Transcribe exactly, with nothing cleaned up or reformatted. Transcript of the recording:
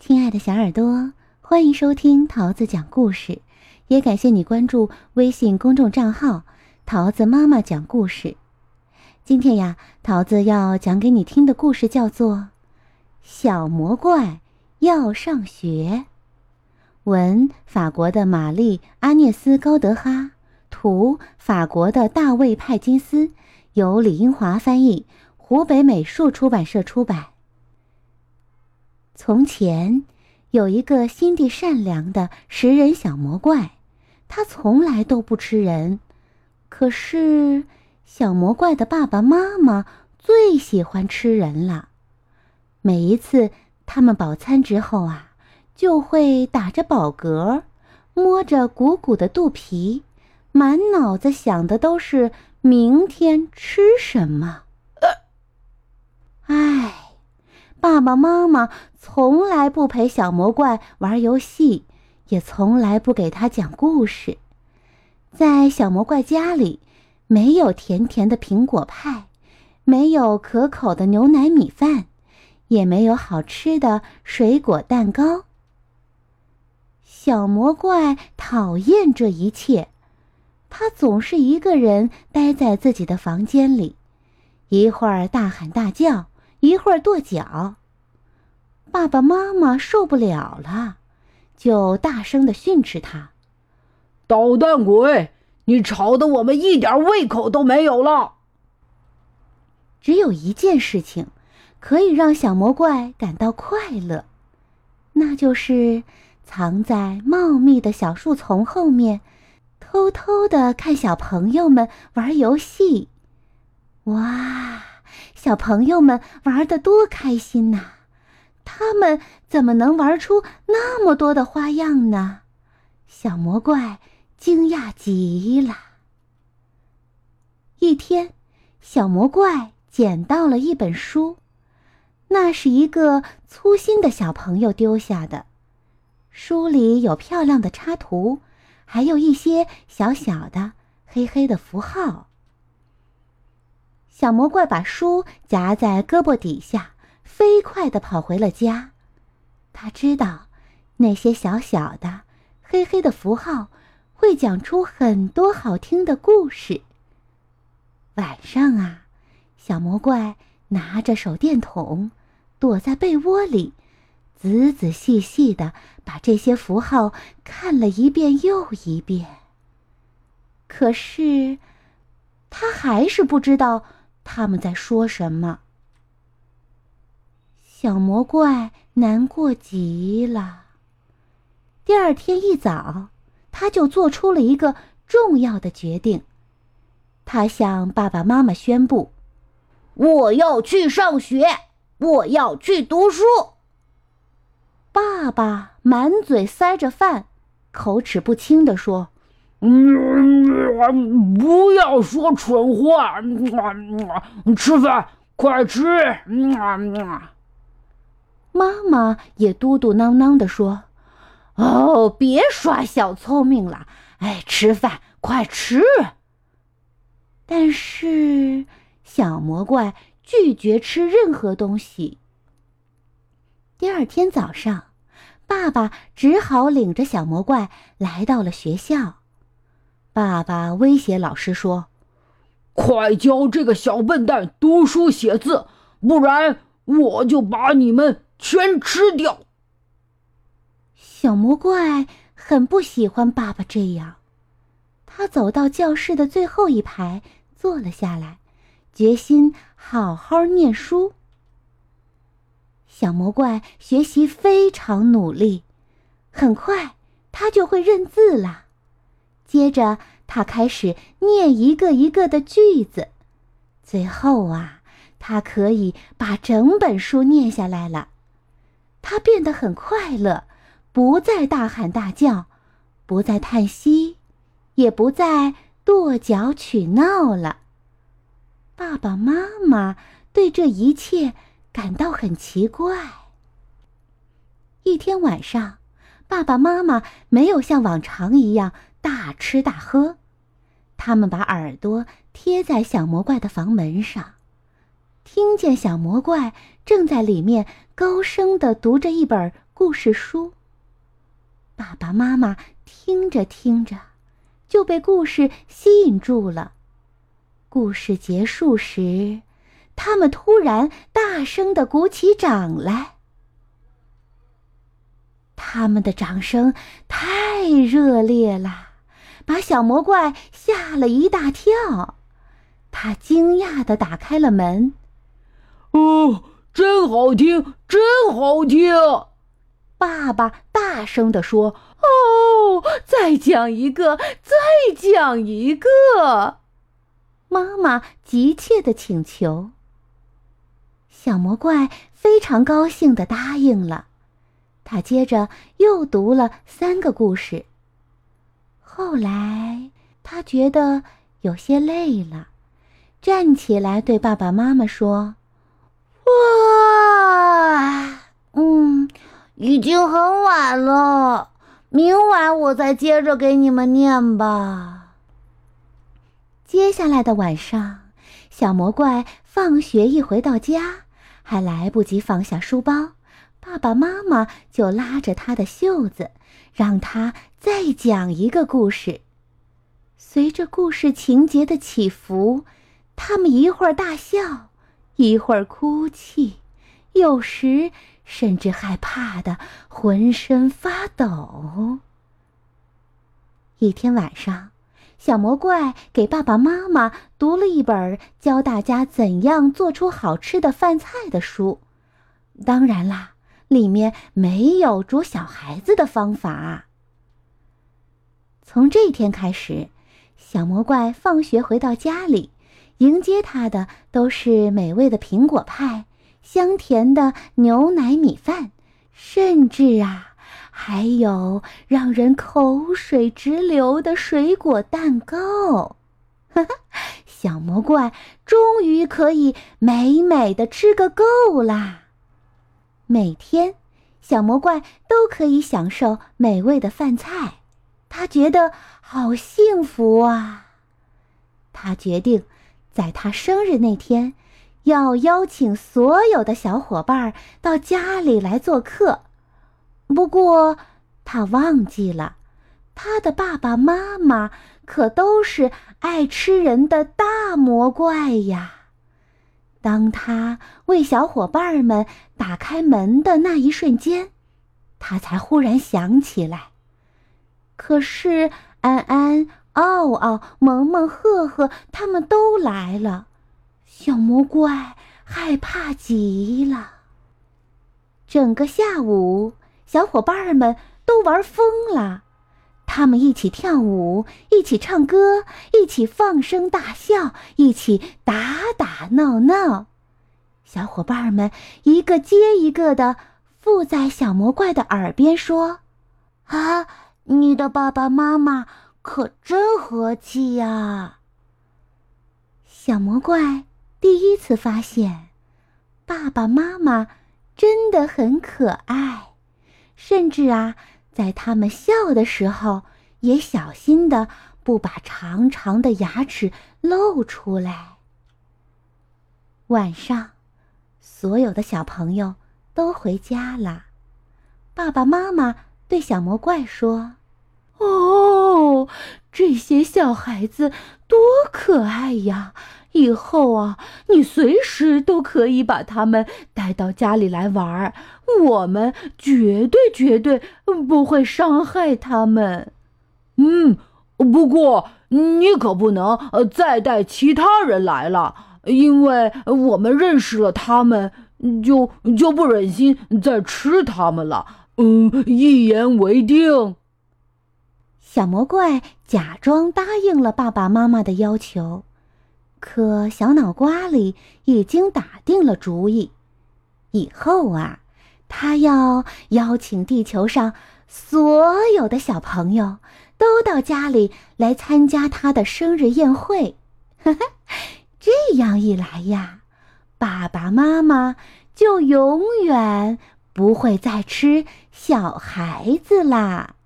亲爱的小耳朵，欢迎收听桃子讲故事，也感谢你关注微信公众账号桃子妈妈讲故事。今天呀，桃子要讲给你听的故事叫做小魔怪要上学。文法国的玛丽·阿涅斯·高德哈，图法国的大卫·派金斯，由李英华翻译，湖北美术出版社出版。从前有一个心地善良的食人小魔怪，他从来都不吃人。可是小魔怪的爸爸妈妈最喜欢吃人了。每一次他们饱餐之后啊，就会打着饱嗝，摸着鼓鼓的肚皮，满脑子想的都是明天吃什么。唉，爸爸妈妈从来不陪小魔怪玩游戏，也从来不给他讲故事。在小魔怪家里，没有甜甜的苹果派，没有可口的牛奶米饭，也没有好吃的水果蛋糕。小魔怪讨厌这一切，他总是一个人待在自己的房间里，一会儿大喊大叫，一会儿跺脚。爸爸妈妈受不了了，就大声地训斥他： 捣蛋鬼，你吵得我们一点胃口都没有了。 只有一件事情可以让小魔怪感到快乐，那就是藏在茂密的小树丛后面，偷偷地看小朋友们玩游戏。哇，小朋友们玩得多开心呐！他们怎么能玩出那么多的花样呢？小魔怪惊讶极了。一天，小魔怪捡到了一本书，那是一个粗心的小朋友丢下的。书里有漂亮的插图，还有一些小小的黑黑的符号。小魔怪把书夹在胳膊底下，飞快地跑回了家。他知道那些小小的黑黑的符号会讲出很多好听的故事。晚上啊，小魔怪拿着手电筒，躲在被窝里，仔仔细细地把这些符号看了一遍又一遍。可是他还是不知道他们在说什么。小魔怪难过极了。第二天一早，他就做出了一个重要的决定。他向爸爸妈妈宣布：我要去上学，我要去读书。爸爸满嘴塞着饭，口齿不清地说： 嗯，不要说蠢话，吃饭，快吃。 妈妈也嘟嘟囔囔地说：哦，别耍小聪明了，哎，吃饭，快吃。但是小魔怪拒绝吃任何东西。第二天早上，爸爸只好领着小魔怪来到了学校。爸爸威胁老师说： 快教这个小笨蛋读书写字，不然我就把你们全吃掉。 小魔怪很不喜欢爸爸这样，他走到教室的最后一排坐了下来，决心好好念书。小魔怪学习非常努力，很快他就会认字了。接着他开始念一个一个的句子，最后啊，他可以把整本书念下来了。他变得很快乐，不再大喊大叫，不再叹息，也不再跺脚取闹了。爸爸妈妈对这一切感到很奇怪。一天晚上，爸爸妈妈没有像往常一样大吃大喝，他们把耳朵贴在小魔怪的房门上，听见小魔怪正在里面高声地读着一本故故事书。爸爸妈妈听着听着，就被故事吸引住了。故事结束时，他们突然大声地鼓起掌来。他们的掌声太热烈了，把小魔怪吓了一大跳。他惊讶地打开了门。 哦，真好听，真好听！ 爸爸大声地说：“哦，再讲一个，再讲一个！”妈妈急切地请求。小魔怪非常高兴地答应了。他接着又读了三个故事。后来他觉得有些累了，站起来对爸爸妈妈说：“哇，嗯，已经很晚了，明晚我再接着给你们念吧。”接下来的晚上，小魔怪放学一回到家，还来不及放下书包，爸爸妈妈就拉着他的袖子，让他再讲一个故事。随着故事情节的起伏，他们一会儿大笑，一会儿哭泣，有时甚至害怕得浑身发抖。一天晚上，小魔怪给爸爸妈妈读了一本教大家怎样做出好吃的饭菜的书。当然啦，里面没有捉小孩子的方法。从这天开始，小魔怪放学回到家里，迎接他的都是美味的苹果派、香甜的牛奶米饭，甚至啊，还有让人口水直流的水果蛋糕。哈哈，小魔怪终于可以美美的吃个够啦！每天，小魔怪都可以享受美味的饭菜，他觉得好幸福啊！他决定在他生日那天，要邀请所有的小伙伴到家里来做客。不过，他忘记了，他的爸爸妈妈可都是爱吃人的大魔怪呀。当他为小伙伴们打开门的那一瞬间，他才忽然想起来，可是安安、奥奥、萌萌、赫赫他们都来了，小魔怪害怕极了。整个下午，小伙伴们都玩疯了，他们一起跳舞，一起唱歌，一起放声大笑，一起打打闹闹。小伙伴们一个接一个的附在小魔怪的耳边说：“啊，你的爸爸妈妈可真和气呀！”小魔怪第一次发现，爸爸妈妈真的很可爱，甚至啊，在他们笑的时候，也小心的不把长长的牙齿露出来。晚上，所有的小朋友都回家了。爸爸妈妈对小魔怪说：“哦，这些小孩子多可爱呀！以后啊，你随时都可以把他们带到家里来玩，我们绝对绝对不会伤害他们。” 嗯，不过你可不能呃再带其他人来了，因为我们认识了他们，就就不忍心再吃他们了。嗯，一言为定。 小魔怪假装答应了爸爸妈妈的要求，可小脑瓜里已经打定了主意，以后啊，他要邀请地球上所有的小朋友都到家里来参加他的生日宴会。呵呵，这样一来呀，爸爸妈妈就永远不会再吃小孩子啦。